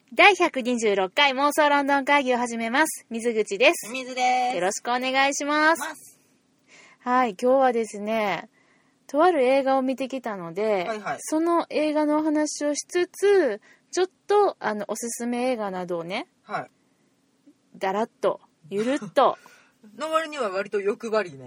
第126回妄想ロンドン会議を始めます。水口です。 水です。 よろしくお願いします。はい、今日はですね、とある映画を見てきたので、その映画のお話をしつつ、ちょっとおすすめ映画などをね、だらっとゆるっとの割には割と欲張りね。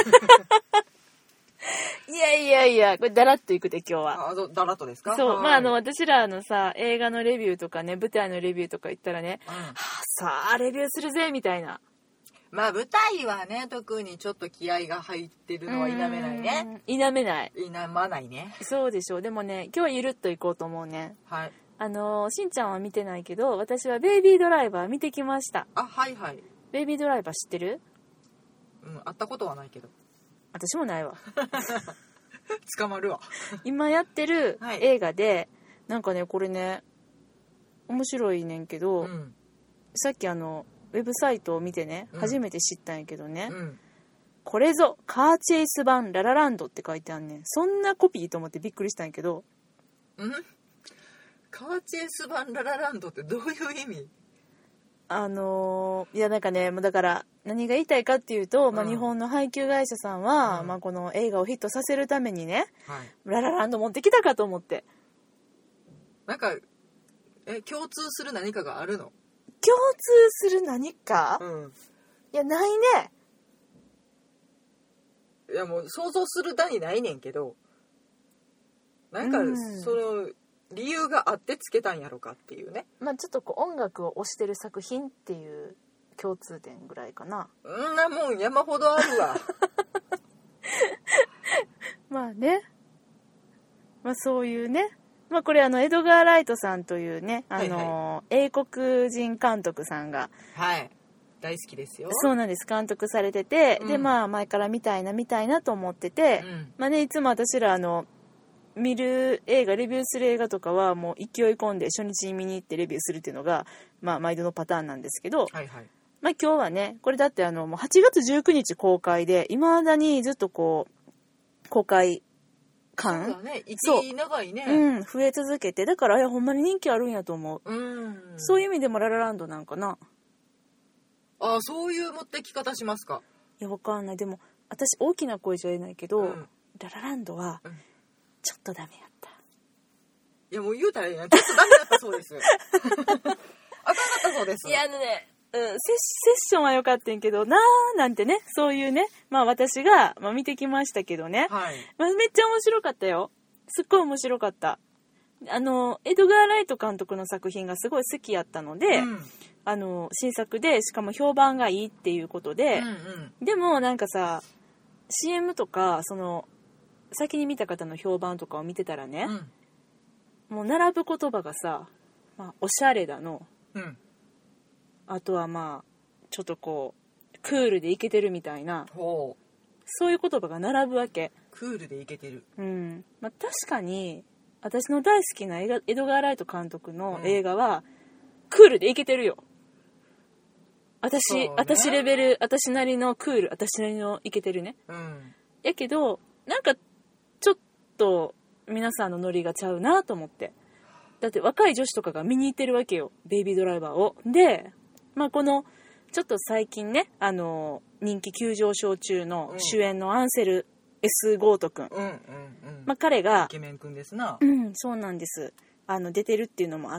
いや、これだらっといくで今日は。 だらっとですか？ そう、私らさ、映画のレビューとかね、舞台のレビューとか言ったらね、さあレビューするぜみたいな。 まあ舞台はね、特にちょっと気合が入ってるのは否めないね。 否めない。 否まないね。 そうでしょう。でもね、今日はゆるっといこうと思うね。 はい。 しんちゃんは見てないけど、私はベイビードライバー見てきました。 はいはい。 ベイビードライバー知ってる？ 会ったことはないけど。 私もないわ。 捕まるわ。 今やってる映画で、なんかね、これね、面白いねんけど、さっきウェブサイトを見てね、初めて知ったんやけどね、これぞカーチェイス版ララランドって書いてあんねん。そんなコピーと思ってびっくりしたんやけど、 カーチェイス版ララランドってどういう意味？ いやなんかね、だから何が言いたいかっていうと、日本の配給会社さんは、この映画をヒットさせるためにね、ララランド持ってきたかと思って。 なんか共通する何かがあるの？ 共通する何か？いやないね。 いやもう想像するだにないねんけど、なんかその理由があってつけたんやろかっていうね。 ちょっと音楽を推してる作品っていう共通点ぐらいかな。 なもん山ほどあるわ。 ね。そういうね。これエドガー・ライトさんというね、英国人監督さんが、 大好きですよ。 そうなんです。監督されてて、で前から見たいなと思ってて、いつも私ら見る映画、レビューする映画とかはもう勢い込んで初日に見に行ってレビューするっていうのが毎度のパターンなんですけど、今日はね、これだってもう8月19日公開で未だにずっと公開感、 そうだね、息長いね、 増え続けて、だからほんまに人気あるんやと思う。そういう意味でもララランドなんかな。 そういう持ってき方しますか？ いやわかんない。でも私大きな声じゃ言えないけど、ララランドはちょっとダメやった。 いやもう言うたらいいやん。ちょっとダメだったそうです。あかんかったそうです。 いやね、セッションは良かったんけどなんてね、そういうね、私が、見てきましたけどね、めっちゃ面白かったよ。すっごい面白かった。エドガー・ライト監督の作品がすごい好きやったので、新作でしかも評判がいいっていうことで、でもなんかさ CM とかその先に見た方の評判とかを見てたらね、もう並ぶ言葉がさ、おしゃれだの、あとはちょっとクールでイケてるみたいな、そういう言葉が並ぶわけ。 クールでイケてる。 確かに私の大好きなエドガー・ライト監督の映画は、クールでイケてるよ。私レベル、私なりのクール、私なりのイケてるね。やけどなんかちょっと皆さんのノリがちゃうなと思って。だって若い女子とかが見に行ってるわけよ、ベイビードライバーを。でこのちょっと最近ね、人気急上昇中の主演のアンセル S ゴート君、彼がイケメン君ですな。 そうなんです。出てるっていうのもあって、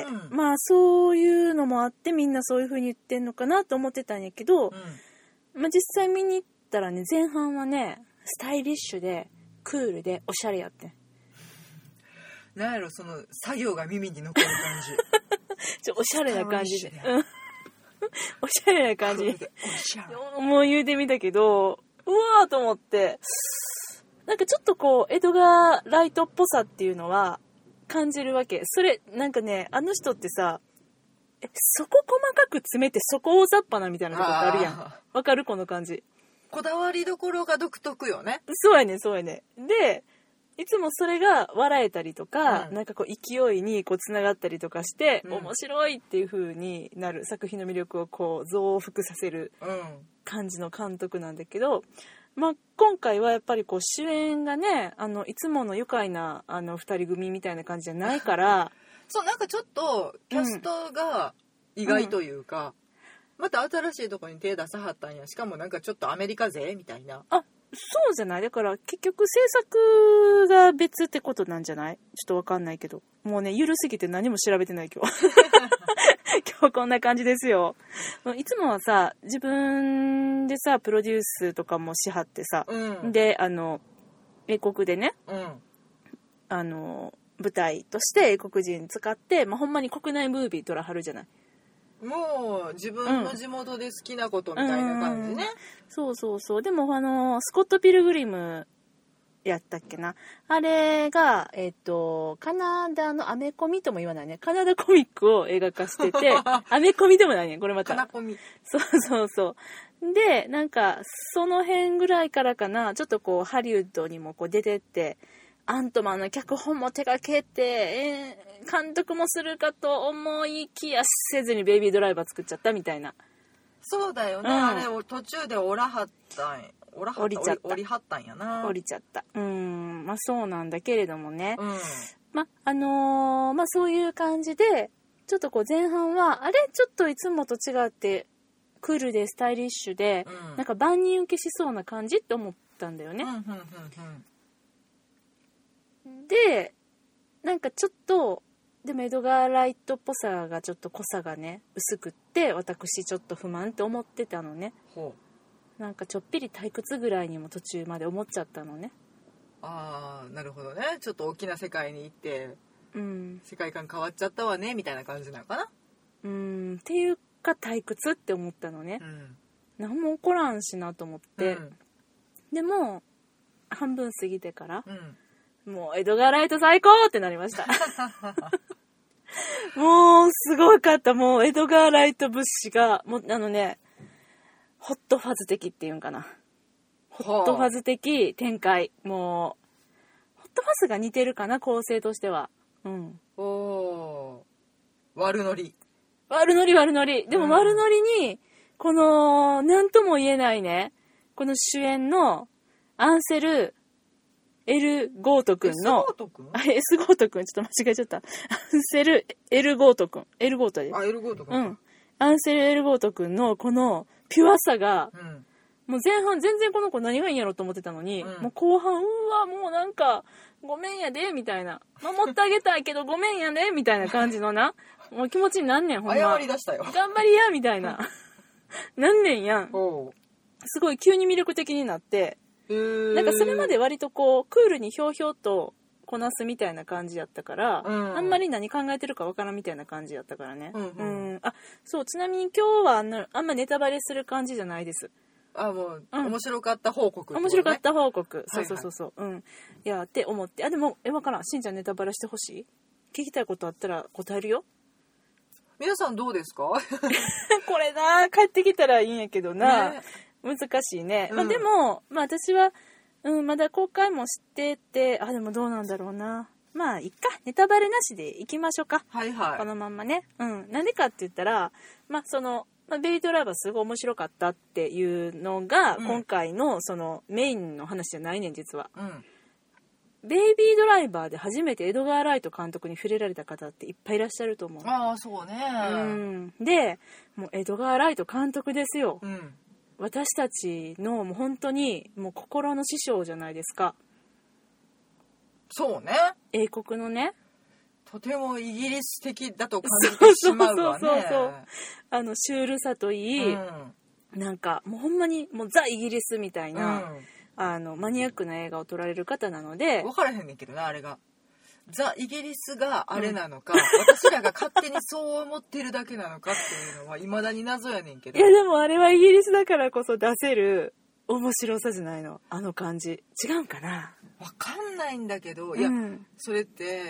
そういうのもあってみんなそういう風に言ってんのかなと思ってたんやけど、実際見に行ったらね、前半はねスタイリッシュでクールでおしゃれやってん。 なんやろ、その作業が耳に残る感じ。 おしゃれな感じで、おしゃれな感じでもう言うてみたけど、うわーと思って、なんかちょっとエドガー・ライトっぽさっていうのは感じるわけ。それなんかね、あの人ってさ、そこ細かく詰めてそこ大雑把なみたいなとこってあるやん。わかるこの感じ。 こだわりどころが独特よね。 そうやね。でいつもそれが笑えたりとか、なんか勢いにつながったりとかして、面白いっていう風になる、作品の魅力を増幅させる感じの監督なんだけど、今回はやっぱり主演がね、いつもの愉快な2人組みたいな感じじゃないからそうなんかちょっとキャストが意外というか、また新しいとこに手出さはったんや、しかもなんかちょっとアメリカ勢みたいな。 そうじゃない。だから結局制作が別ってことなんじゃない？ちょっとわかんないけど、もうねゆるすぎて何も調べてない今日今日こんな感じですよ。いつもはさ自分でさプロデュースとかもしはってさ、で英国でね、舞台として英国人使って、ほんまに国内ムービー撮らはるじゃない。 もう自分の地元で好きなことみたいな感じね。 そうそうそう。でもスコット・ピルグリムやったっけな、あれがカナダのアメコミとも言わないね、カナダコミックを映画化しててアメコミでもないねこれまた。 カナコミ。 そうそうそう。でなんかその辺ぐらいからかな、ちょっとこうハリウッドにもこう出てって、アントマンの脚本も手掛けて、監督もするかと思いきやせずにベイビードライバー作っちゃったみたいな。 そうだよね、あれを途中で降りはったんやな。 降りちゃった。そうなんだけれどもね、そういう感じでちょっとこう前半はあれちょっといつもと違ってクールでスタイリッシュで、なんか万人受けしそうな感じって思ったんだよね。でなんかちょっとでもエドガー・ライトっぽさがちょっと濃さがね薄くって、私ちょっと不満って思ってたのね。なんかちょっぴり退屈ぐらいにも途中まで思っちゃったのね。 なるほどね。ちょっと大きな世界に行って、世界観変わっちゃったわねみたいな感じなのかな。 っていうか退屈って思ったのね。何も起こらんしなと思って、でも半分過ぎてから、もうエドガー・ライト最高ってなりましたもうすごかった。もうエドガー・ライト節がもうホットファズ的っていうんかな、ホットファズ的展開。もうホットファズが似てるかな、構成としては。 悪ノリでも悪ノリにこの何とも言えないね、この主演のアンセル・エルゴート君のSゴート君ちょっと間違えちゃった。アンセル・エルゴート君、エルゴートで、 エルゴート君、 アンセル・エルゴート君のこのピュアさが、もう前半全然この子何がいいんやろと思ってたのに、もう後半もうなんかごめんやでみたいな、守ってあげたいけどごめんやでみたいな感じのなもう気持ちになんねん。ほんま謝り出したよ、 頑張りやみたいななんねんやん。すごい急に魅力的になって、なんかそれまで割とこうクールにひょうひょうとこなすみたいな感じやったから、あんまり何考えてるかわからんみたいな感じやったからね。そう、ちなみに今日はあんまネタバレする感じじゃないです。 もう、面白かった報告、 面白かった報告。そう。いやって思って、でもわからん。しんちゃんネタバレしてほしい？聞きたいことあったら答えるよ。 皆さんどうですか？ これな、帰ってきたらいいんやけどな。難しいね。でも私は、まだ公開もしてて、でもどうなんだろうな。いっか、ネタバレなしでいきましょうか。このまんまね。なんでかって言ったら、ベイビードライバーすごい面白かったっていうのが、今回のそのメインの話じゃないねん実は。ベイビードライバーで初めてエドガー・ライト監督に触れられた方っていっぱいいらっしゃると思う。 そうね。 で、もうエドガー・ライト監督ですよ。私たちのもう本当にもう心の師匠じゃないですか。 そうね。 英国のね。 とてもイギリス的だと感じてしまうわね。 そうシュールさといい、なんかもうほんまにもうザ・イギリスみたいな、マニアックな映画を撮られる方なので。 分からへんねんけどな、あれがザ・イギリスがあれなのか、私らが勝手にそう思ってるだけなのかっていうのは未だに謎やねんけど。 いやでもあれはイギリスだからこそ出せる面白さじゃないの、あの感じ。違うんかな、 分かんないんだけど、いやそれって、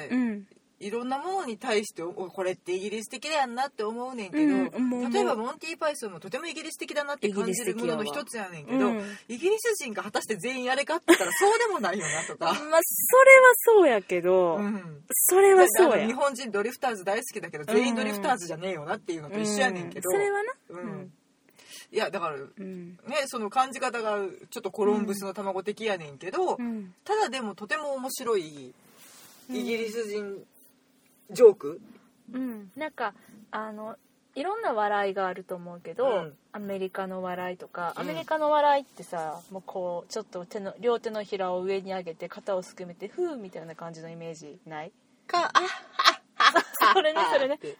いろんなものに対してこれってイギリス的だやんなって思うねんけど、例えばモンティーパイソンもとてもイギリス的だなって感じるものの一つやねんけど、イギリス人が果たして全員あれかって言ったらそうでもないよなとかそれはそうやけど、それはそうや。 日本人ドリフターズ大好きだけど全員ドリフターズじゃねえよなっていうのと一緒やねんけど、 それはな、 いやだから、その感じ方がちょっとコロンブスの卵的やねんけど、ただでもとても面白いイギリス人ジョーク、 なんかいろんな笑いがあると思うけど、アメリカの笑いとか、アメリカの笑いってさ、もうこうちょっと両手のひらを上に上げて肩をすくめてフーみたいな感じのイメージないかそれねって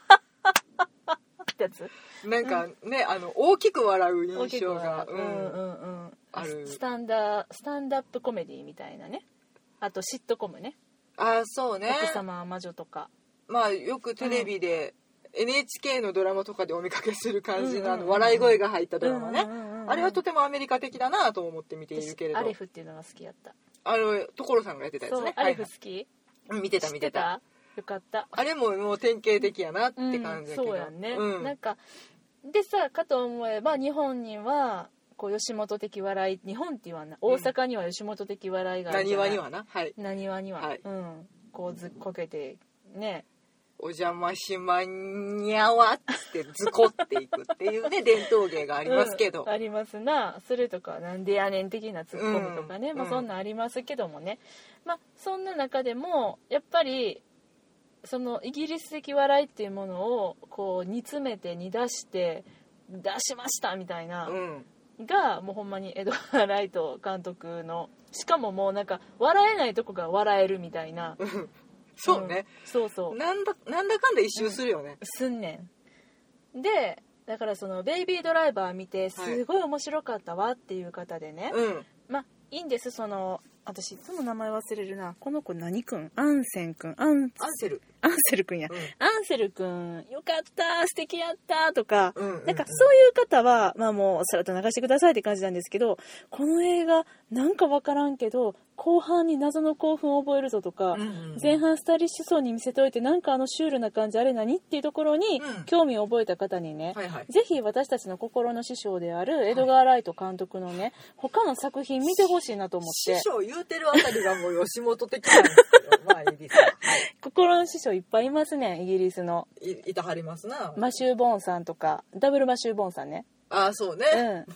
やつなんかね、大きく笑う印象がある。 スタンダップコメディみたいなね。あとシットコムね。 そうね。 奥様は魔女とか。 まあよくテレビで、NHK のドラマとかでお見かけする感じの笑い声が入ったドラマね。あれはとてもアメリカ的だなと思って見ているけれど。 アレフっていうのが好きやった。 所さんがやってたやつね。 アレフ好き？ 見てた。 よかった。 あれももう典型的やなって感じだけど。 そうやね。なんかでさ、かと思えば日本にはこう吉本的笑い、日本って言わんな、大阪には吉本的笑いがあるじゃない。 浪速にはな、 浪速には、こうずっこけてね、 お邪魔しまにゃわってズコっていくっていうね伝統芸がありますけど、 ありますな。それとかなんでやねん的なツッコミとかね、そんなんありますけどもね、そんな中でもやっぱりそのイギリス的笑いっていうものをこう煮詰めて煮出して出しましたみたいな、がもうほんまにエドガー・ライト監督の、しかももうなんか笑えないとこが笑えるみたいなそうね、 そうなんだかんだ一周するよね、 すんねん。でだからそのベイビードライバー見てすごい面白かったわっていう方でね、いいんです。その私いつも名前忘れるな、この子何くん、アンセルくんや、アンセルくんよかった素敵やったとか、なんかそういう方はもうさらっと流してくださいって感じなんですけど、この映画なんかわからんけど後半に謎の興奮を覚えるぞとか、前半スタイリッシュそうに見せておいてなんかシュールな感じあれ何っていうところに興味を覚えた方にね、ぜひ私たちの心の師匠であるエドガー・ライト監督のね、他の作品見てほしいなと思って。 師匠言うてるあたりがもう吉本的なんですけどいいですか、 心の師匠いっぱいいますね、イギリスの。 いたはりますな。 マシュー・ボーンさんとか、ダブルマシュー・ボーンさんね。 そうね、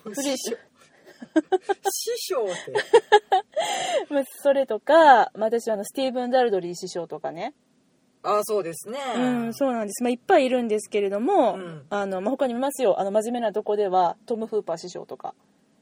師匠ってそれとか、私スティーブン・ダルドリー師匠とかね。 そうですね、 そうなんです。いっぱいいるんですけれども、他にもいますよ。真面目なとこではトム・フーパー師匠とか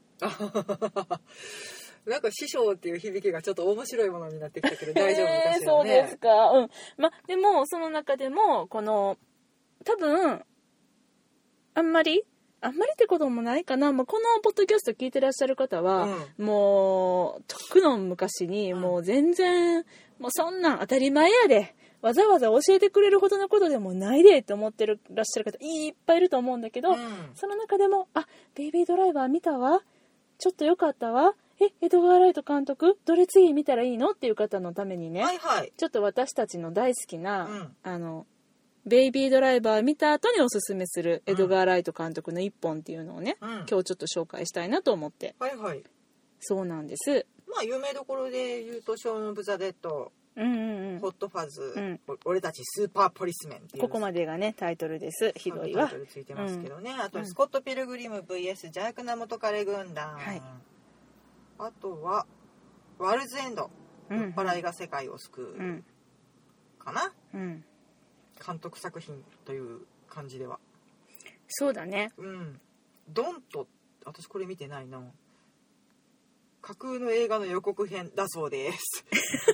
なんか師匠っていう響きがちょっと面白いものになってきたけど大丈夫かしらね。 そうですか。でもその中でもこの多分あんまりってこともないかな。このポッドキャスト聞いてらっしゃる方は、もうとっくの昔にもう全然もうそんなん当たり前やで、わざわざ教えてくれるほどのことでもないでって思ってらっしゃる方いっぱいいると思うんだけど、その中でもベイビードライバー見たわ、ちょっと良かったわ、エドガー・ライト監督どれ次見たらいいのっていう方のためにね、ちょっと私たちの大好きな、ベイビードライバー見た後におすすめするエドガー・ライト監督の一本っていうのをね、今日ちょっと紹介したいなと思って。そうなんです。 有名どころで言うとショーン・オブ・ザ・デッド、ホット・ファズ、俺たちスーパーポリスメンっていう、 ここまでがねタイトルです。ひどいわ。 タイトルついてますけどね、あとスコット・ピルグリム VS 邪悪な元彼軍団、あとはワールズ・エンド、酔っ払いが世界を救う、かな、監督作品という感じでは。 そうだね。 ドンと、私これ見てないな。架空の映画の予告編だそうです。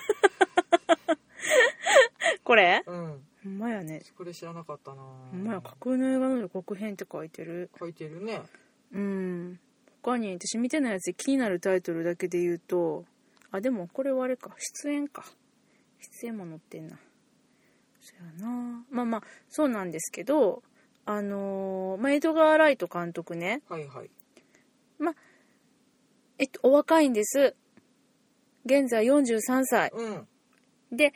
これ？ほんまやね。 これ知らなかったな。 ほんまや、架空の映画の予告編って書いてる。 書いてるね。 他に私見てないやつで気になるタイトルだけで言うと、でもこれはあれか、出演も載ってんな。そうやな。そうなんですけど、エドガー・ライト監督ね。お若いんです。現在43歳。で、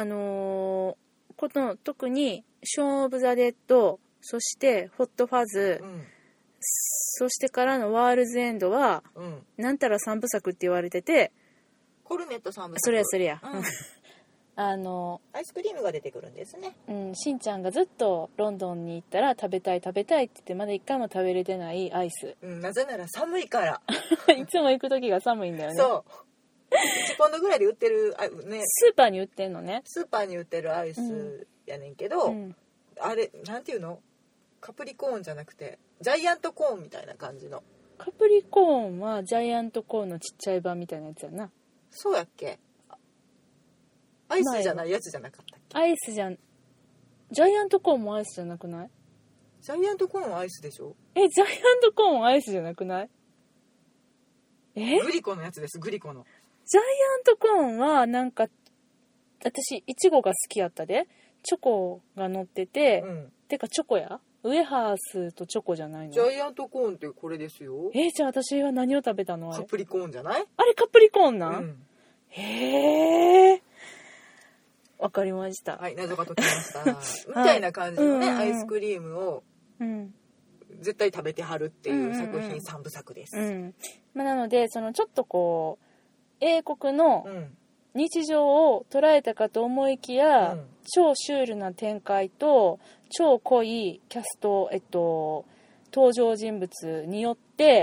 特にショーン・オブ・ザ・デッド、そしてホット・ファズ、そしてからのワールズ・エンドは、なんたら3部作って言われてて、 コルネット3部作。 それや。 アイスクリームが出てくるんですね。 しんちゃんがずっとロンドンに行ったら食べたいって言ってまだ一回も食べれてないアイス。 なぜなら寒いから。 いつも行く時が寒いんだよね。 そう。 1ポンドぐらいで売ってるね、 スーパーに売ってんのね。 スーパーに売ってるアイスやねんけど、あれなんていうの、カプリコーンじゃなくてジャイアントコーンみたいな感じの。 カプリコーンはジャイアントコーンのちっちゃい版みたいなやつやな。 そうやっけ。アイスじゃないやつじゃなかったっけ。 アイスじゃん。ジャイアントコーンもアイスじゃなくない？ ジャイアントコーンはアイスでしょ。 ジャイアントコーンはアイスじゃなくない？ グリコのやつです。グリコのジャイアントコーンはなんか私いちごが好きやったで。チョコが乗ってて、てかチョコやウエハースとチョコじゃないの？ ジャイアントコーンってこれですよ。 じゃあ私は何を食べたの？ カプリコーンじゃない？ あれカプリコーンなん？へえ、わかりました。 はい、謎が解きましたみたいな感じのね、アイスクリームを絶対食べてはるっていう作品3部作です。 なのでそのちょっとこう英国の日常を捉えたかと思いきや、超シュールな展開と超濃いキャスト、登場人物によって、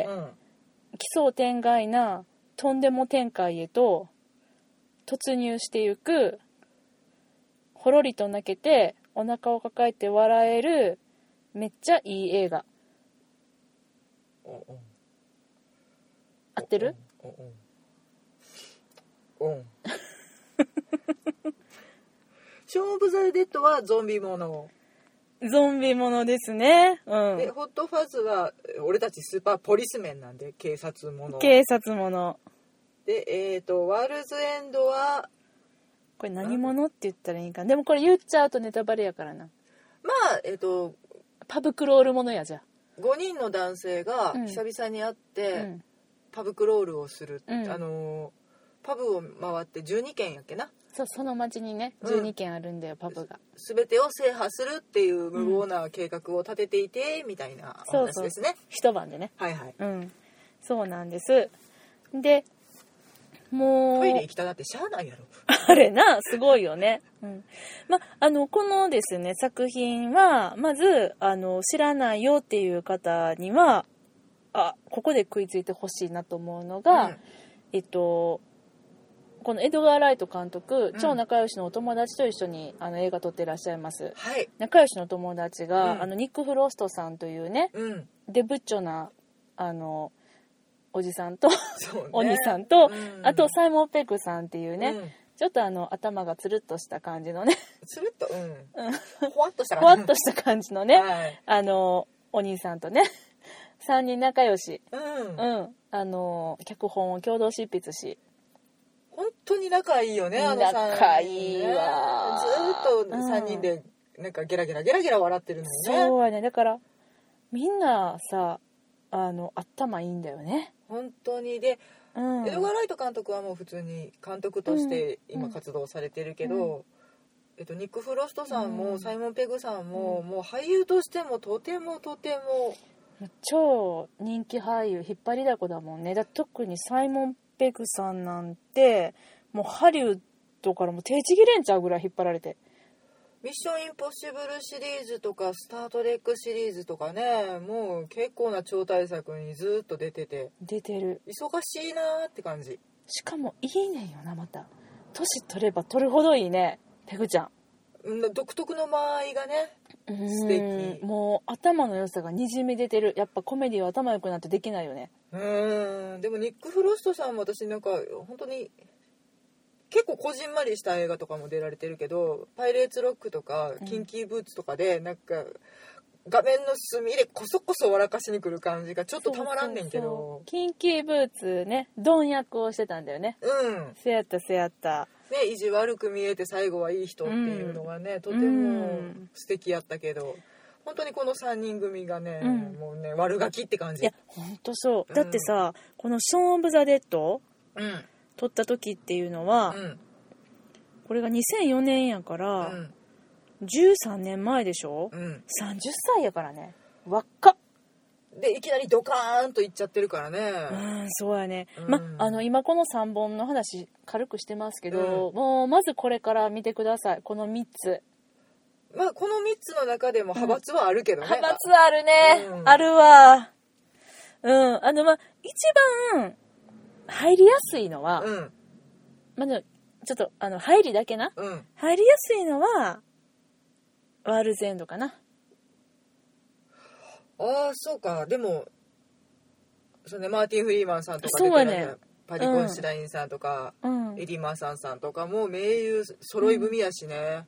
奇想天外なとんでも展開へと突入していく、ほろりと泣けてお腹を抱えて笑えるめっちゃいい映画。合ってる？ ショーン・オブ・ザ・デッドはゾンビもの。 ゾンビものですね。 でホット・ファズは俺たちスーパーポリスメンなんで警察もの。 警察ものでワールズ・エンドはこれ何者って言ったらいいか。でもこれ言っちゃうとネタバレやからな。 まあパブクロールものや。じゃあ 5人の男性が久々に会って、パブクロールをする、パブを回って12軒やっけな。 その町にね12軒あるんだよ、パブが。 全てを制覇するっていう無謀な計画を立てていて、みたいなお話ですね。 一晩でね。 はいはい。 そうなんです。でもうトイレ行きたなってしゃあないやろあれな、すごいよね。このですね作品はまず知らないよっていう方にはここで食いついてほしいなと思うのが、このエドガー・ライト監督、超仲良しのお友達と一緒に映画撮ってらっしゃいます、仲良しの友達が、ニック・フロストさんというね、デブッチョなおじさんと、お兄さんと、あとサイモン・ペクさんっていうね、ちょっと頭がつるっとした感じのねつるっとほわっとした感じのね、お兄さんとね3人仲良し、脚本を共同執筆し、 本当に仲いいよね。 仲いいわ。 ずっと3人でなんかゲラゲラ笑ってるのにね。 そうやね。だからみんなさ頭いいんだよね。 本当に。で、エドガー・ライト監督はもう普通に監督として今活動されてるけど、ニック・フロストさんもサイモン・ペグさんも、もう俳優としてもとても超人気俳優、引っ張りだこだもんね。特にサイモン・ペグさんなんてもうハリウッドからも手ちぎれんちゃうぐらい引っ張られて、 ミッションインポッシブルシリーズとかスタートレックシリーズとかね、もう結構な超大作にずっと出てる。忙しいなーって感じ。 しかもいいねんよな。また年取れば取るほどいいね、ペグちゃん。 独特の間合いがね素敵。 もう頭の良さがにじみ出てる。やっぱコメディは頭良くなってできないよね。 でもニック・フロストさんも私なんか本当に結構こじんまりした映画とかも出られてるけど、パイレーツロックとかキンキーブーツとかでなんか画面の隅でこそこそ笑かしに来る感じがちょっとたまらんねんけど。 キンキーブーツね、ドン役をしてたんだよね。せやったね、意地悪く見えて最後はいい人っていうのがね、とても素敵やったけど、本当にこの3人組がね、もうね悪ガキって感じ。 いや本当そう。だってさ、このショーン・オブ・ザ・デッド、撮った時っていうのは、これが2004年やから、13年前でしょ、30歳やからね。若っでいきなりドカーンといっちゃってるからね。 そうやね。今この3本の話軽くしてますけど、もうまずこれから見てください。この3つ。 この3つの中でも派閥はあるけどね。 派閥はあるね。あるわ。一番入りやすいのは、 まあ、ちょっと入りだけな、入りやすいのはワールズエンドかな。 ああそうか。でもそうね、マーティン・フリーマンさんとか出てる、ね、パディ・コンシダインさんとか、エディ・マーサンさんとかも名優揃い踏みやしね。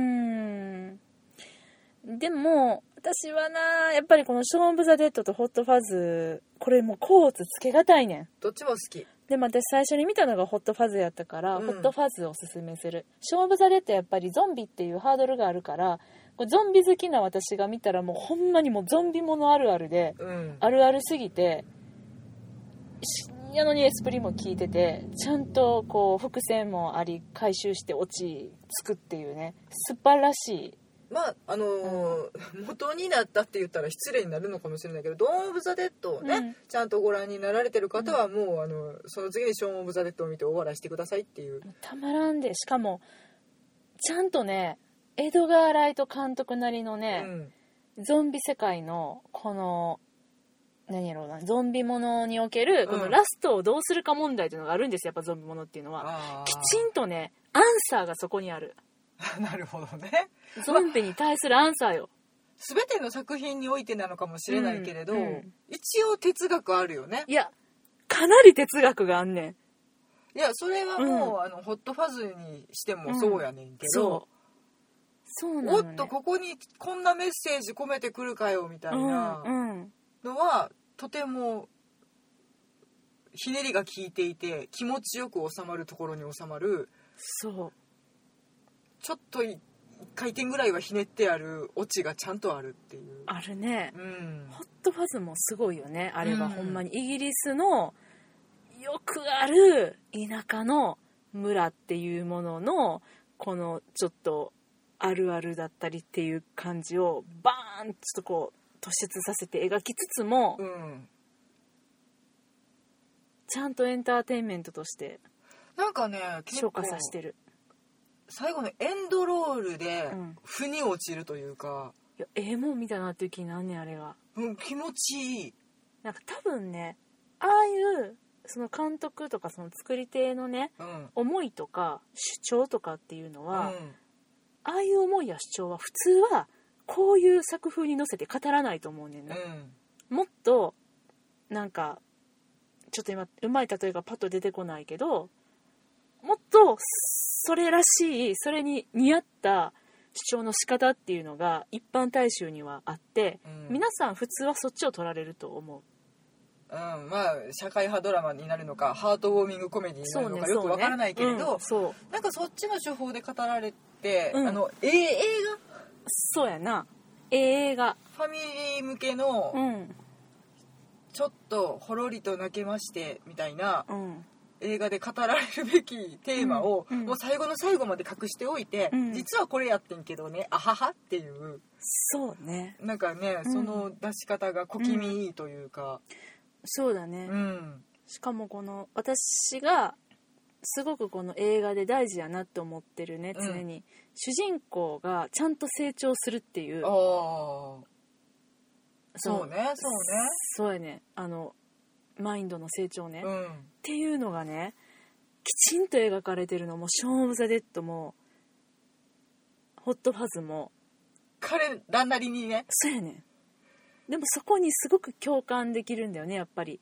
でも私はな、やっぱりこのショーン・オブ・ザ・デッドとホット・ファズ、これもうコーツつけがたいねん。 どっちも好き。 でも私最初に見たのがホット・ファズやったから、ホット・ファズをおすすめする。ショーン・オブ・ザ・デッドやっぱりゾンビっていうハードルがあるから、ゾンビ好きな私が見たらもうほんまにもうゾンビものあるあるで、あるあるすぎて、やのにエスプリも効いてて、ちゃんとこう伏線もあり回収してオチつくっていうね、素晴らしい。 まあ元になったって言ったら失礼になるのかもしれないけど、ドーン・オブ・ザ・デッドをね、ちゃんとご覧になられてる方はもうその次にショーン・オブ・ザ・デッドを見て大笑いしてくださいっていう。 たまらんで、しかもちゃんとね、エドガー・ライト監督なりのね、ゾンビ世界のこの何やろうな、ゾンビものにおけるこのラストをどうするか問題というのがあるんですよ。やっぱゾンビものっていうのはきちんとね、アンサーがそこにある。 なるほどね。 ゾンビに対するアンサーよ。 全ての作品においてなのかもしれないけれど、一応哲学あるよね。 いや、かなり哲学があんねん。いや、それはもう、ホットファズにしてもそうやねんけど、 そうなのね。 おっとここにこんなメッセージ込めてくるかよみたいなのは、とてもひねりが効いていて気持ちよく収まるところに収まる。 そう。 ちょっと1回転ぐらいはひねってあるオチがちゃんとあるっていう。 あるね。ホットファズもすごいよね。あれはほんまにイギリスのよくある田舎の村っていうもののこのちょっとあるあるだったりっていう感じをバーンちょっとこう突出させて描きつつも、ちゃんとエンターテインメントとしてなんかね消化させてる。 最後のエンドロールで腑に落ちるというか、 いやもん見たなっていう気になんねんあれが。 気持ちいい。 なんか多分ね、ああいうその監督とかその作り手のね、思いとか主張とかっていうのは、ああいう思いや主張は普通はこういう作風に乗せて語らないと思うねんな。もっとなんかちょっと今うまい例えがパッと出てこないけど、もっとそれらしい、それに似合った主張の仕方っていうのが一般大衆にはあって、皆さん普通はそっちを取られると思う。 まあ社会派ドラマになるのかハートウォーミングコメディになるのかよくわからないけれど、なんかそっちの手法で語られて、映画そうやな、映画ファミリー向けの、ちょっとほろりと泣けましてみたいな、映画で語られるべきテーマを、もう最後の最後まで隠しておいて、実はこれやってんけどね、あははっていう。 そうね。 なんかね、その出し方が小気味いいというか。 そうだね。しかもこの私がすごくこの映画で大事やなって思ってるね、常に、主人公がちゃんと成長するっていう。 そうね。 そうやね。マインドの成長ね、っていうのがね、きちんと描かれてるのもショーン・オブ・ザ・デッドもホットファズも彼らなりにね。 そうやねん。でもそこにすごく共感できるんだよね、やっぱり。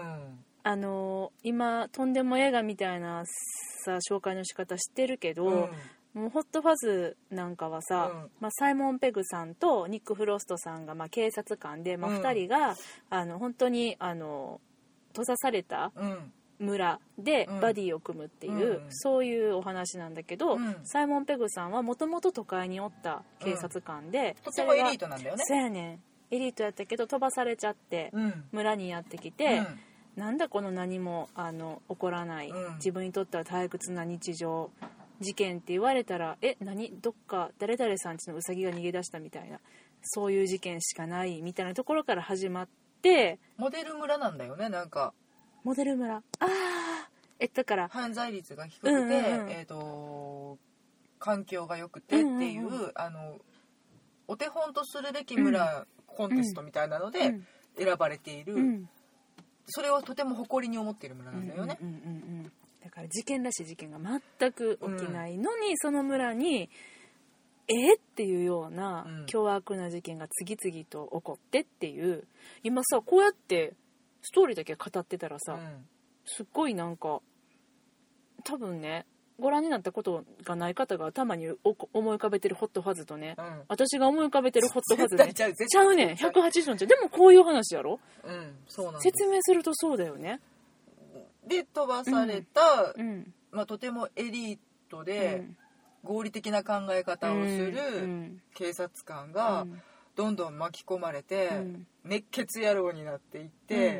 今とんでも映画みたいなさ紹介の仕方してるけど、もうホットファズなんかはさ、サイモン・ペグさんとニック・フロストさんが警察官で、2人が本当に閉ざされた村でバディを組むっていう、そういうお話なんだけど、サイモン・ペグさんはもともと都会におった警察官で、 とてもエリートなんだよね。 そうやねん、エリートやったけど飛ばされちゃって、村にやってきて、なんだこの何も起こらない、自分にとっては退屈な日常事件って言われたら、どっか誰々さんちのウサギが逃げ出したみたいな、そういう事件しかないみたいなところから始まって、 モデル村なんだよね。なんかモデル村、だから犯罪率が低くて、環境が良くてっていう、お手本とするべき村、コンテストみたいなので選ばれている、それをとても誇りに思っている村なんだよね。 だから事件らしい事件が全く起きないのに、その村にっていうような凶悪な事件が次々と起こってっていう、今さこうやってストーリーだけ語ってたらさ、すっごいなんか多分ね、ご覧になったことがない方が頭に思い浮かべてるホットファズとね、私が思い浮かべてるホットファズね、ちゃうねん、180のちゃう。でもこういう話やろ、 そうなんです。 説明するとそうだよね。 で飛ばされた、とてもエリートで、合理的な考え方をする警察官がどんどん巻き込まれて、熱血野郎になっていって、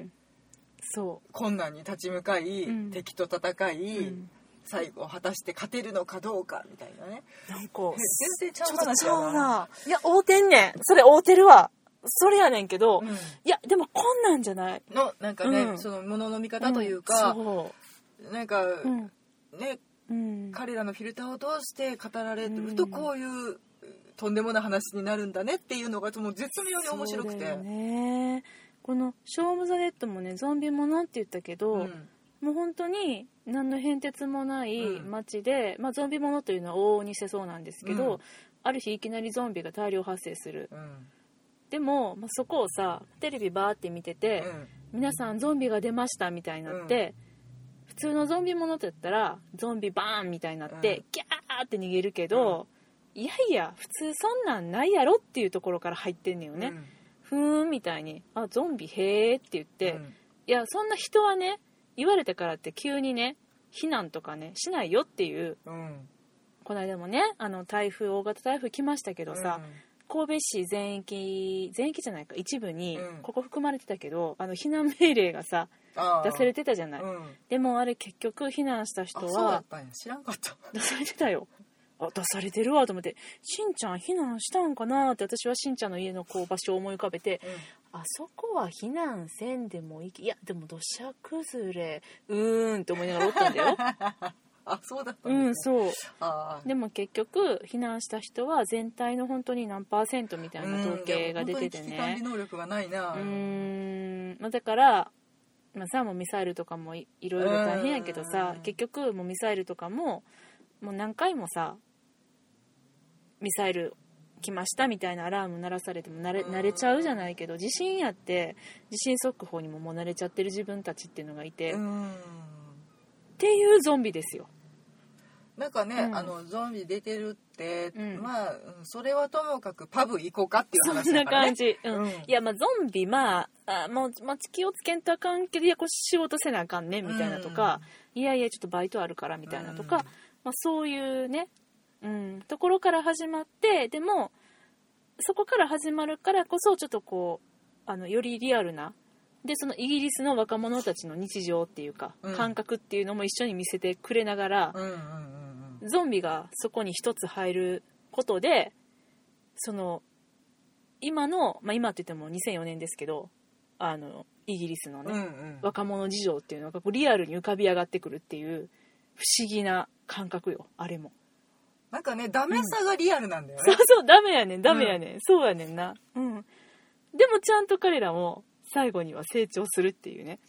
そう困難に立ち向かい、敵と戦い、最後果たして勝てるのかどうかみたいなね。 なんか全然ちゃう話やな。 いや合うてんねん、それ合うてるわ、それやねんけど、いやでもこんなんじゃないの、なんかね、その物の見方というか、なんか、ね、彼らのフィルターを通して語られると、こういうとんでもない話になるんだねっていうのがもう絶妙に面白くて。そうだよね。 このショー・オブ・ザ・デッドもね、ゾンビものって言ったけど、もう本当に何の変哲もない街で、ゾンビものというのは往々にしてそうなんですけど、ある日いきなりゾンビが大量発生する、でも、そこをさテレビバーって見てて、皆さんゾンビが出ましたみたいになって、普通のゾンビものって言ったらゾンビバーンみたいになって、ギャーって逃げるけど、いやいや普通そんなんないやろっていうところから入ってんねよね、ふーんみたいに、あゾンビへーって言って、いやそんな人はね、言われてからって急にね避難とかねしないよっていう、この間もね大型台風来ましたけどさ、神戸市全域じゃないか一部にここ含まれてたけど、避難命令がさ出されてたじゃない、でもあれ結局避難した人は、 そうだったんや、知らんかった。 出されてたよ。出されてるわと思って、しんちゃん避難したんかなって、私はしんちゃんの家の場所を思い浮かべて、あそこは避難せんでもいい、いやでも土砂崩れって思いながらおったんだよあ、そうだったんですね。 そうでも結局避難した人は全体の本当に何%みたいな統計が出ててね、 本当に危機管理能力がないな。 だからさ、もうミサイルとかもいろいろ大変やけどさ、結局もうミサイルとかももう何回もさ、ミサイル来ましたみたいなアラーム鳴らされても慣れちゃうじゃないけど、地震やって地震速報にももう慣れちゃってる自分たちっていうのがいて、っていうゾンビですよ。 なんかね、ゾンビ出てるって、それはともかくパブ行こうかっていう話だからね。 そんな感じ、いやゾンビもう気をつけんとあかんけど、いやこれ仕事せなあかんねみたいなとか、いやいやちょっとバイトあるからみたいなとか、そういうね、ところから始まって、でもそこから始まるからこそちょっとこうよりリアルなで、そのイギリスの若者たちの日常っていうか、感覚っていうのも一緒に見せてくれながら、ゾンビがそこに一つ入ることで、その今の、今って言っても2004年ですけど、イギリスのね、若者事情っていうのがリアルに浮かび上がってくるっていう不思議な感覚よ、あれも。 なんかね、ダメさがリアルなんだよね。 そう、ダメやねん、そうやねんな。でもちゃんと彼らも最後には成長するっていうね。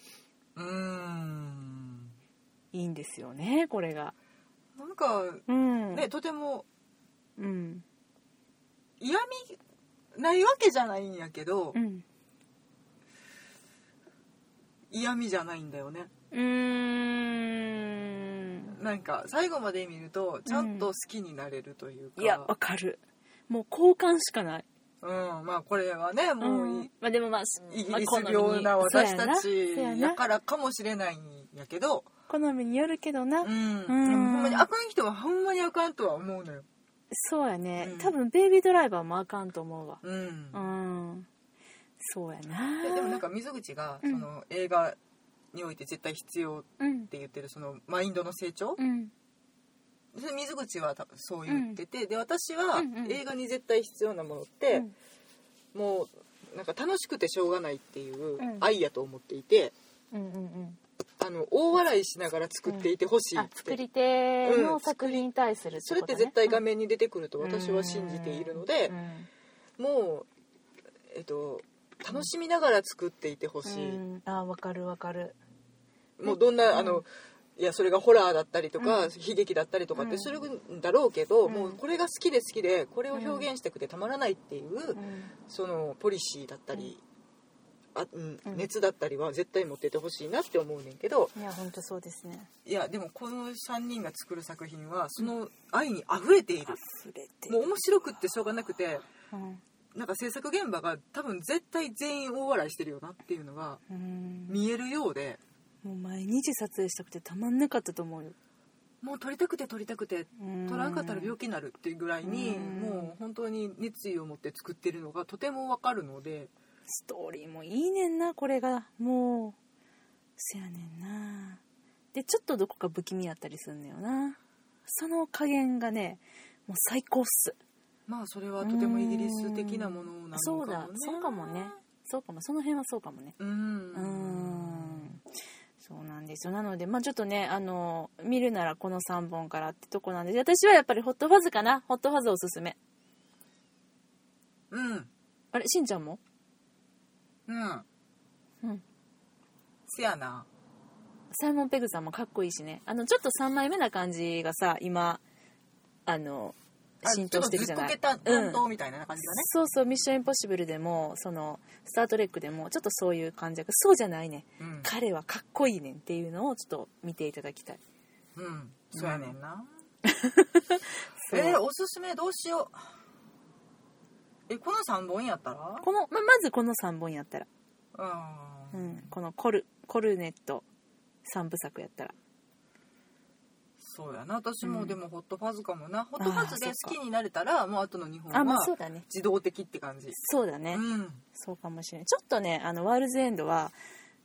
いいんですよね、これが。 なんか、ね、とても、嫌味ないわけじゃないんやけど、嫌味じゃないんだよね。なんか最後まで見るとちゃんと好きになれるというか、 いやわかる、もう好感しかない。 これはね、もう、 でもイギリス病な私たちやからかもしれないんやけど、 好みによるけどな。 でもほんまにあかん人はほんまにあかんとは思うのよ。 そうやね、多分ベイビードライバーもあかんと思うわ。そうやな。 でもなんか水口がその映画において絶対必要って言ってるそのマインドの成長、それ水口はそう言ってて、で私は映画に絶対必要なものって、もうなんか楽しくてしょうがないっていう愛やと思っていて、大笑いしながら作っていてほしいって、 作り手の作品に対するってことね。 それって絶対画面に出てくると私は信じているので、もう楽しみながら作っていてほしい。 わかるわかる。 もうどんないやそれがホラーだったりとか、悲劇だったりとかってするんだろうけど、もうこれが好きで好きでこれを表現したくてたまらないっていう、そのポリシーだったり、熱だったりは絶対持っててほしいなって思うねんけど。 いや本当そうですね。 いやでもこの3人が作る作品はその愛に溢れている、もう面白くってしょうがなくて、なんか制作現場が多分絶対全員大笑いしてるよなっていうのが見えるようで、 もう毎日撮影したくてたまんなかったと思うよ。 もう撮りたくて撮らんかったら病気になるっていうぐらいにもう本当に熱意を持って作ってるのがとてもわかるので、 ストーリーもいいねんなこれが。もうせやねんな。でちょっとどこか不気味やったりするんだよな。その加減がねもう最高っす。 まあそれはとてもイギリス的なものなのかもね。 そうかもね。そうかも、その辺はそうかもね。そうなんですよ。なのでちょっとね見るならこの3本からってとこなんで、私はやっぱりホットファズかな。ホットファズおすすめ。あれしんちゃんもせやな。 サイモン・ペグさんもかっこいいしね。ちょっと3枚目な感じがさ今浸透してるじゃない。 ずっこけた担当みたいな感じがね、 そうそう。ミッションインポッシブルでもそのスタートレックでもちょっとそういう感じが、そうじゃないね、彼はかっこいいねんっていうのをちょっと見ていただきたい。 そうやねんな。おすすめどうしよう。この3本やったらまずこの3本やったらこのコルネット3部作やったらそうやな。私もでもホットファズかもな。ホットファズで好きになれたらもう後の2本は自動的って感じ。 そうだね、そうかもしれない。ちょっとねワールズエンドは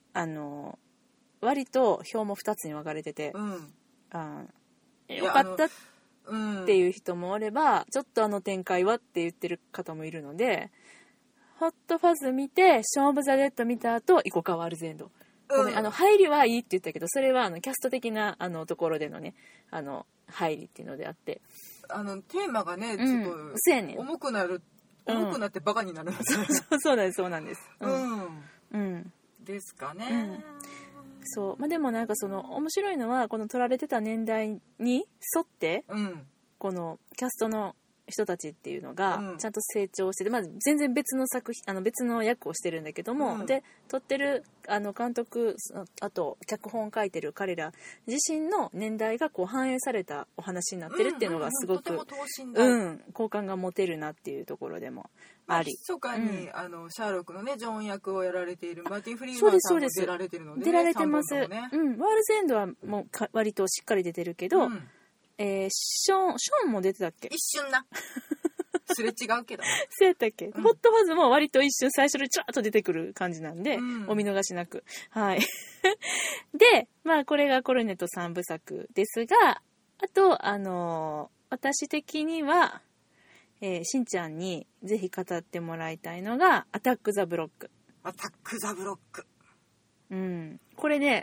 割と票も2つに分かれてて、よかったっていう人もおれば、ちょっと展開はって言ってる方もいるので、ホットファズ見てショーン・オブ・ザ・デッド見た後行こうかワールズエンド。入りはいいって言ったけど、それはキャスト的なところでのね入りっていうのであって、 テーマがねちょっと重くなってバカになるんですよ。 そうなんです。 ですかね。 そうでもなんかその面白いのはこの撮られてた年代に沿って、このキャストの人たちっていうのがちゃんと成長してて、全然別の別の役をしてるんだけども、で撮ってる監督、あと脚本書いてる彼ら自身の年代がこう反映されたお話になってるっていうのがすごく好感が持てるなっていうところでもあり、 密かにシャーロックのねジョン役をやられているマーティン・フリーマンさんも出られてるので、 出られてます。ワールズエンドはもう割としっかり出てるけど、ショーンも出てたっけ？ 一瞬な。すれ違うけど。 そうやったっけ？ホットファズも割と一瞬最初にチャーッと出てくる感じなんで、お見逃しなく。はい。で、これがコルネット3部作ですが、あと、私的には、しんちゃんにぜひ語ってもらいたいのが、アタック・ザ・ブロック。 アタック・ザ・ブロック。 これね、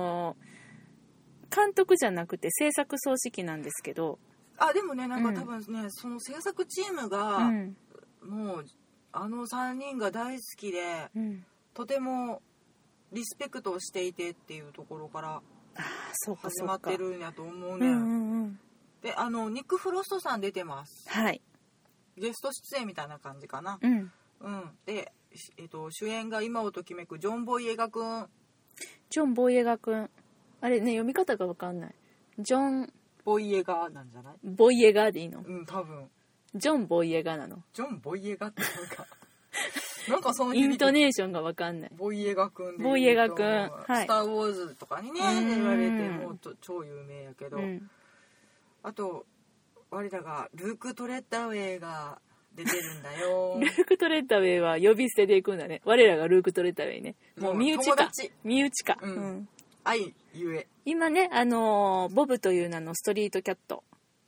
監督じゃなくて制作総指揮なんですけど、 でもねなんか多分ね、その制作チームが、もう3人が大好きで、とてもリスペクトをしていてっていうところから始まってるんやと思うね。でニック・フロストさん出てます。 はい。 ゲスト出演みたいな感じかな。で、主演が今をときめくジョン・ボイエガくん。 ジョン・ボイエガくん、あれね読み方が分かんない。ジョンボイエガなんじゃない？ ボイエガでいいの？ 多分ジョン・ボイエガなの？ ジョン・ボイエガってなんかそのイントネーションが分かんない。 ボイエガくんで、 ボイエガくん、 はい、スター・ウォーズとかにね言われてもう超有名やけど、あと我らがルーク・トレッダーウェイが出てるんだよ。 ルーク・トレッダーウェイは呼び捨てでいくんだね。我らがルーク・トレッダーウェイね。もう身内か。身内か。 愛ゆえ。 今ね、ボブという名のストリートキャット。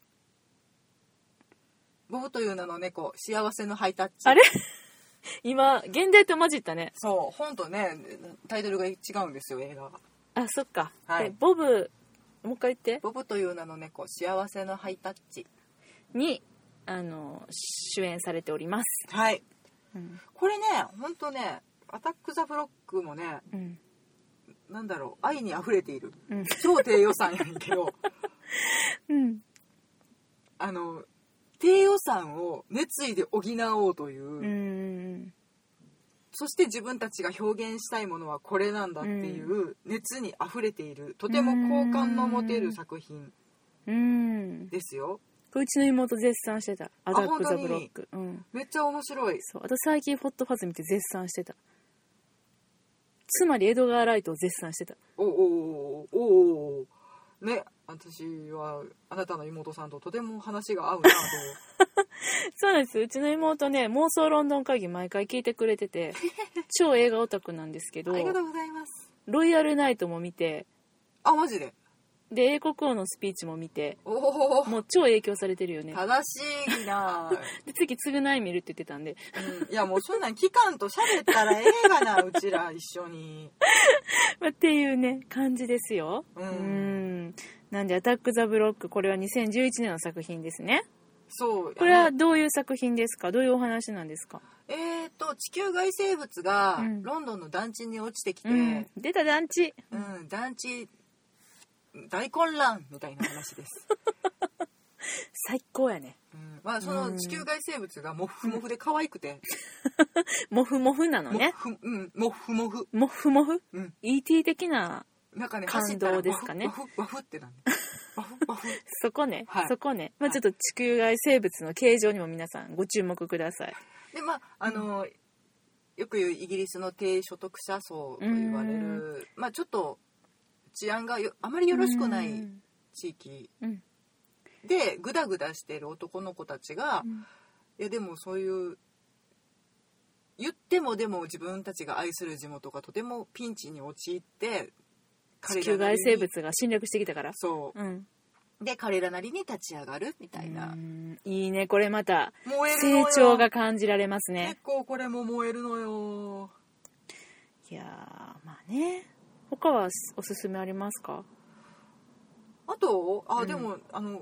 ボブという名の猫、幸せのハイタッチ。 あれ今、現代と混じったね。 そう、本とね、タイトルが違うんですよ、映画が。 あ、そっか。 はい、 ボブ、もう一回言って。 ボブという名の猫、幸せのハイタッチ。 に、主演されております。 はい。これね、ほんとね、アタック・ザ・ブロックもね、 なんだろう、愛に溢れている、超低予算やねんけど、低予算を熱意で補おうという、そして自分たちが表現したいものはこれなんだっていう熱に溢れている、とても好感の持てる作品ですよ。 うちの妹絶賛してた。アタック・ザ・ブロック。 めっちゃ面白い。 そう。あと最近ホットファズ見て絶賛してた。つまりエドガー・ライトを絶賛してた。 おね、私はあなたの妹さんととても話が合うなとそうなんです。うちの妹ね、妄想ロンドン会議毎回聞いてくれてて超映画オタクなんですけど、 ありがとうございます。 ロイヤルナイトも見て、 あ、マジで。 で英国王のスピーチも見て、もう超影響されてるよね。 正しいなで次償い見るって言ってたんで、 いやもうそんなん期間と喋ったらええがなうちら一緒にっていうね感じですよ。なんでアタック・ザ・ブロック、これは2011年の作品ですね。 そう。 これはどういう作品ですか？どういうお話なんですか？ 地球外生物がロンドンの団地に落ちてきて、 出た団地、 団地大混乱みたいな話です最高やね。 まあその地球外生物がモフモフで可愛くてモフモフなのね。 モフモフモフモフ、ET 的ななんかね、 感動ですかね。 ワフってなんでワフそこね、そこね、まあ、ちょっと地球外生物の形状にも皆さんご注目ください。 でまあよく言うイギリスの低所得者層と言われる、まあちょっと治安があまりよろしくない地域でグダグダしてる男の子たちが、いやでもそういう言ってもでも自分たちが愛する地元がとてもピンチに陥って、 地球外生物が侵略してきたから、 そう、で彼らなりに立ち上がるみたいな。 いいね、これまた成長が感じられますね。 結構これも燃えるのよ。 いやまあね、他はおすすめありますか？ あとでも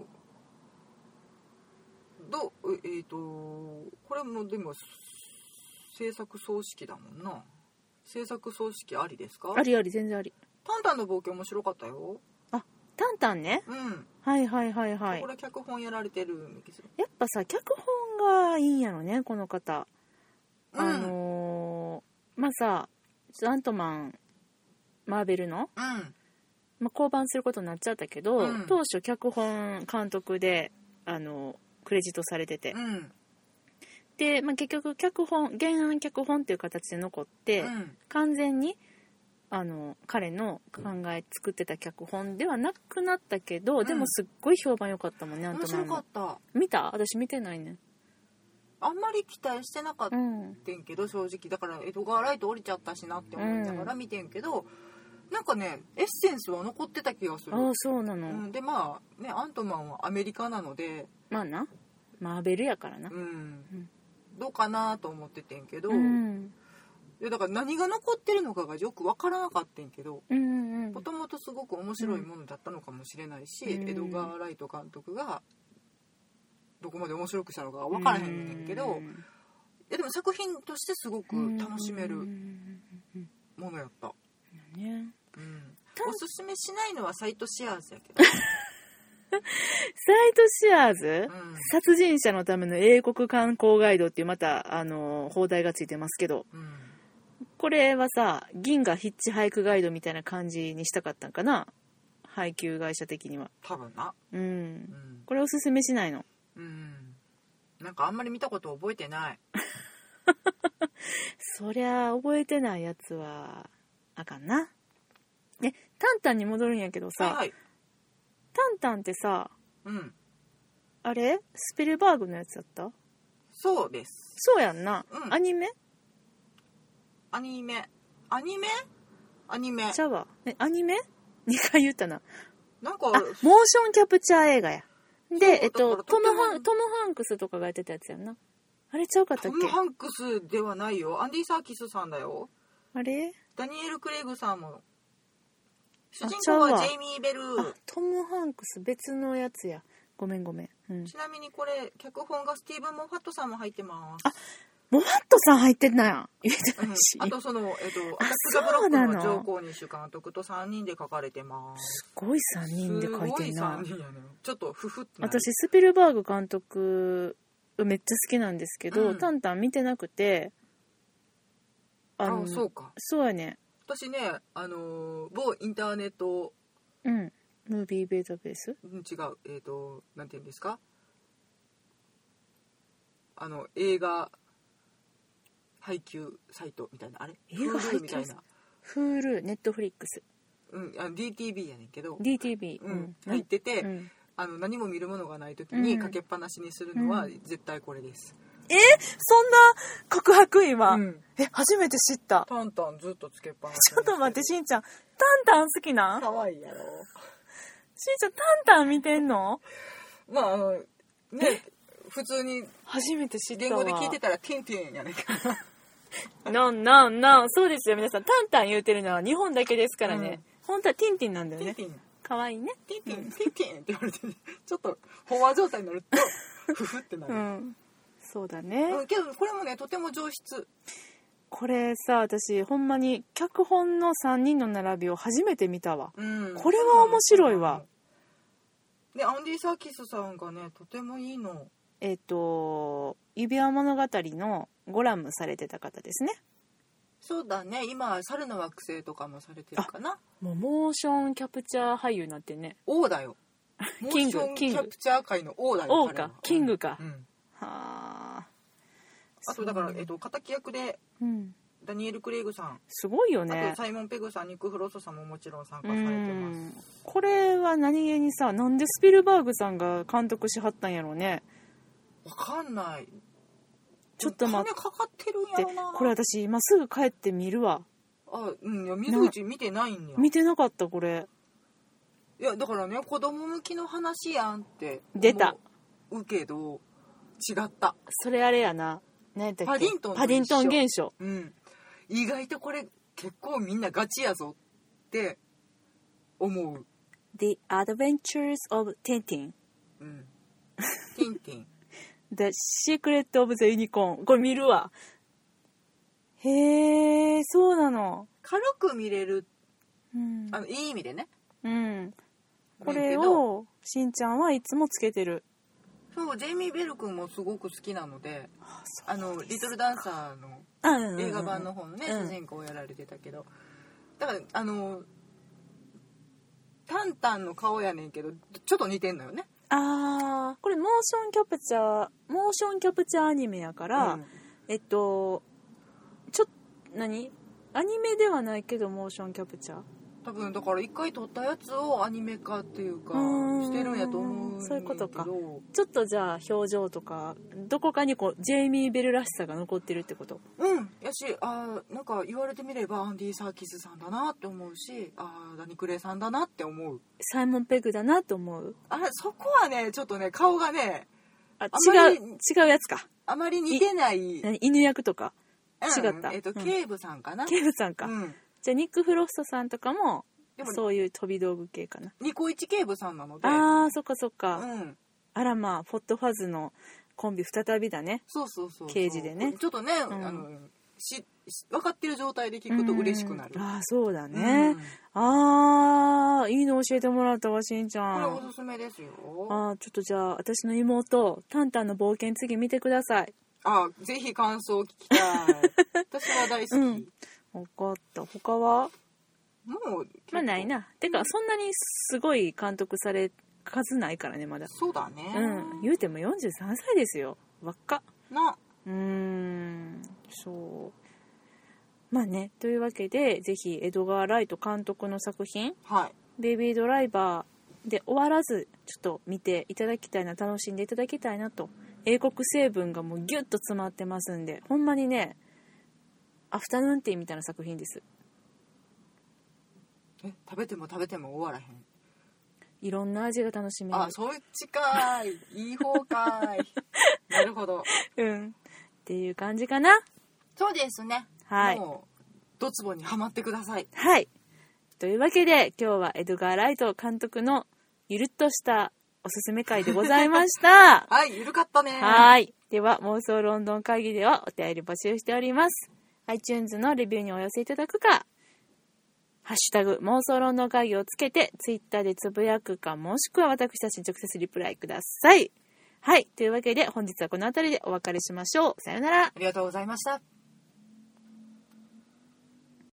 これもでも制作総指揮だもんな。制作総指揮ありですか？ ありあり、全然あり。 タンタンの冒険面白かったよ。 あ、タンタンね。はいはいはいはい。 これ脚本やられてるんですよ。 やっぱさ、脚本がいいんやろね、この方。まあさ、アントマンマーベルの、まあ、降板することになっちゃったけど、当初脚本監督でクレジットされてて、で、まあ、結局原案脚本っていう形で残って、完全に彼の考え作ってた脚本ではなくなったけど、でもすっごい評判良かったもんね。 面白かった。 見た？私見てないね。 あんまり期待してなかったんけど、正直だからエドガー・ライト降りちゃったしなって思いながら見てんけど、なんかねエッセンスは残ってた気がする。 ああ、そうなの。 でまあね、アントマンはアメリカなので、 まあな、マーベルやからな、 どうかなと思っててんけど、いやだから何が残ってるのかがよく分からなかったんけど、もともとすごく面白いものだったのかもしれないし、エドガー・ライト監督がどこまで面白くしたのか分からへんねんけど、いやでも作品としてすごく楽しめるものやった、おすすめしないのはサイトシアーズやけどサイトシアーズ、殺人者のための英国観光ガイドっていうまた放題がついてますけど、これはさ、銀河ヒッチハイクガイドみたいな感じにしたかったんかな、配給会社的には。 多分な。 これおすすめしないの？ なんかあんまり見たこと覚えてないそりゃ覚えてないやつはあかんな。タンタンに戻るんやけどさ、タンタンってさ、あれスピルバーグのやつだった？ そうです。 そうやんな、アニメちゃうわ、アニメ2回言ったな。 なんかモーションキャプチャー映画や。でトム・ハンクスとかがやってたやつやんな。あれちゃうかったっけ？ トム・ハンクスではないよ。アンディ・サーキスさんだよ。 あれダニエル・クレイグさんも。主人公はジェイミー・ベル。 トム・ハンクス別のやつや。ごめん、 ちなみにこれ脚本がスティーブン・モファットさんも入ってます。 モファットさん入ってんなや言えてないし、 あと赤塚ブロックの上皇西監督と3人で書かれてます。 すごい3人で書いてんな。 すごい3人やね。ちょっとフフって私スピルバーグ監督めっちゃ好きなんですけど、タンタン見てなくて、 そうか。 そうやね。 私ね、某インターネット、 ムービーデータベース？ 違う、なんていうんですか、映画配給サイトみたいな、あれ？ 映画配給みたいな。Hulu、ネットフリックス。 DTV やねんけど。 DTV。 入ってて、何も見るものがない時にかけっぱなしにするのは絶対これです。 そんな告白今、初めて知った。 タンタンずっとつけっぱなし。 ちょっと待って、しんちゃん、タンタン好きなん？ かわいいやろ。 しんちゃん、タンタン見てんの？ まあね、普通に初めて知ったわ。 言語で聞いてたらティンティンやねんけなど。 んそうですよ皆さん、タンタン言うてるのは日本だけですからね。本当はティンティンなんだよね。 ティンティン。 かわいいね。 ティンティン、ティンティンって言われて、ちょっと飽和状態になるとフフってなる。 そうだね。 けどこれもね、とても上質。 これさ、私ほんまに脚本の3人の並びを初めて見たわ。これは面白いわ。 で、アンディ・サーキスさんがね、とてもいいの。 指輪物語のゴラムされてた方ですね。 そうだね。今猿の惑星とかもされてるかな。 もうモーションキャプチャー俳優になってね。 王だよ。 キング。 モーションキャプチャー界の王だよ。 王か、キングか。 はあ。あとだから、敵役で、ダニエル・クレイグさん。 すごいよね。 あとサイモン・ペグさん、ニック・フロストさんももちろん参加されてます。 これは何気にさ、なんでスピルバーグさんが監督しはったんやろうね。 わかんない。 ちょっと待って。 金かかってるんやろな。 これ私今すぐ帰って見るわ。 いや、水口見てないんや。 見てなかったこれ。 いやだからね、子供向きの話やんって出た。 けど違った。 それあれやな。何だっけ？パディントン現象。 意外とこれ結構みんなガチやぞって思う。 The Adventures of Tintin。 ティンティン。 The Secret of the Unicorn。これ見るわ。へー、そうなの。 軽く見れる。いい意味でね。 これをしんちゃんはいつもつけてる。 そう、ジェイミー・ベル君もすごく好きなので、リトルダンサーの映画版の方のね、主人公をやられてたけど、だからタンタンの顔やねんけどちょっと似てんのよね。 これモーションキャプチャーアニメやから、何？アニメではないけどモーションキャプチャー。多分だから一回撮ったやつをアニメ化っていうかしてるんやと思う。 そういうことか。ちょっとじゃあ表情とかどこかにこうジェイミー・ベルらしさが残ってるってこと？ やし、なんか言われてみればアンディ・サーキスさんだなって思うし、ダニ・クレイさんだなって思う。 サイモン・ペグだなって思う。 そこはねちょっとね顔がね違うやつか。 あまり似てない。 犬役とか違った。 ケイブさんかな。 ケイブさんか。じゃあニック・フロストさんとかもそういう飛び道具系かな。 ニコイチ警部さんなので。 そっかそっか。あらまあフォットファズのコンビ再びだね。 そう刑事でね。 ちょっとね、分かってる状態で聞くと嬉しくなる。 そうだね。いいの教えてもらったわしんちゃん。 これおすすめですよ。 ちょっとじゃあ私の妹タンタンの冒険次見てください。 ぜひ感想を聞きたい。私は大好き。 分かった。他はもうないな。てかそんなにすごい監督され数ないからねまだ。 そうだね。 言うても43歳ですよ。若っな。 そう。まあね、というわけでぜひエドガー・ライト監督の作品、ベイビードライバーで終わらずちょっと見ていただきたいな、楽しんでいただきたいなと。英国成分がもうギュッと詰まってますんで、ほんまにねアフタヌーンティーみたいな作品です。 食べても終わらへん。 いろんな味が楽しめる。 そっちかい。いい方かい。なるほど。 っていう感じかな。 そうですね。もうドツボにはまってください。 というわけで今日はエドガー・ライト監督のゆるっとしたおすすめ会でございました。 ゆるかったね。 では妄想ロンドン会議ではお便り募集しております。 iTunes のレビューにお寄せいただくか、ハッシュタグ妄想ロンドン会議をつけてツイッターでつぶやくか、もしくは私たちに直接リプライください。はい、というわけで本日はこの辺りでお別れしましょう。さよなら。 ありがとうございました。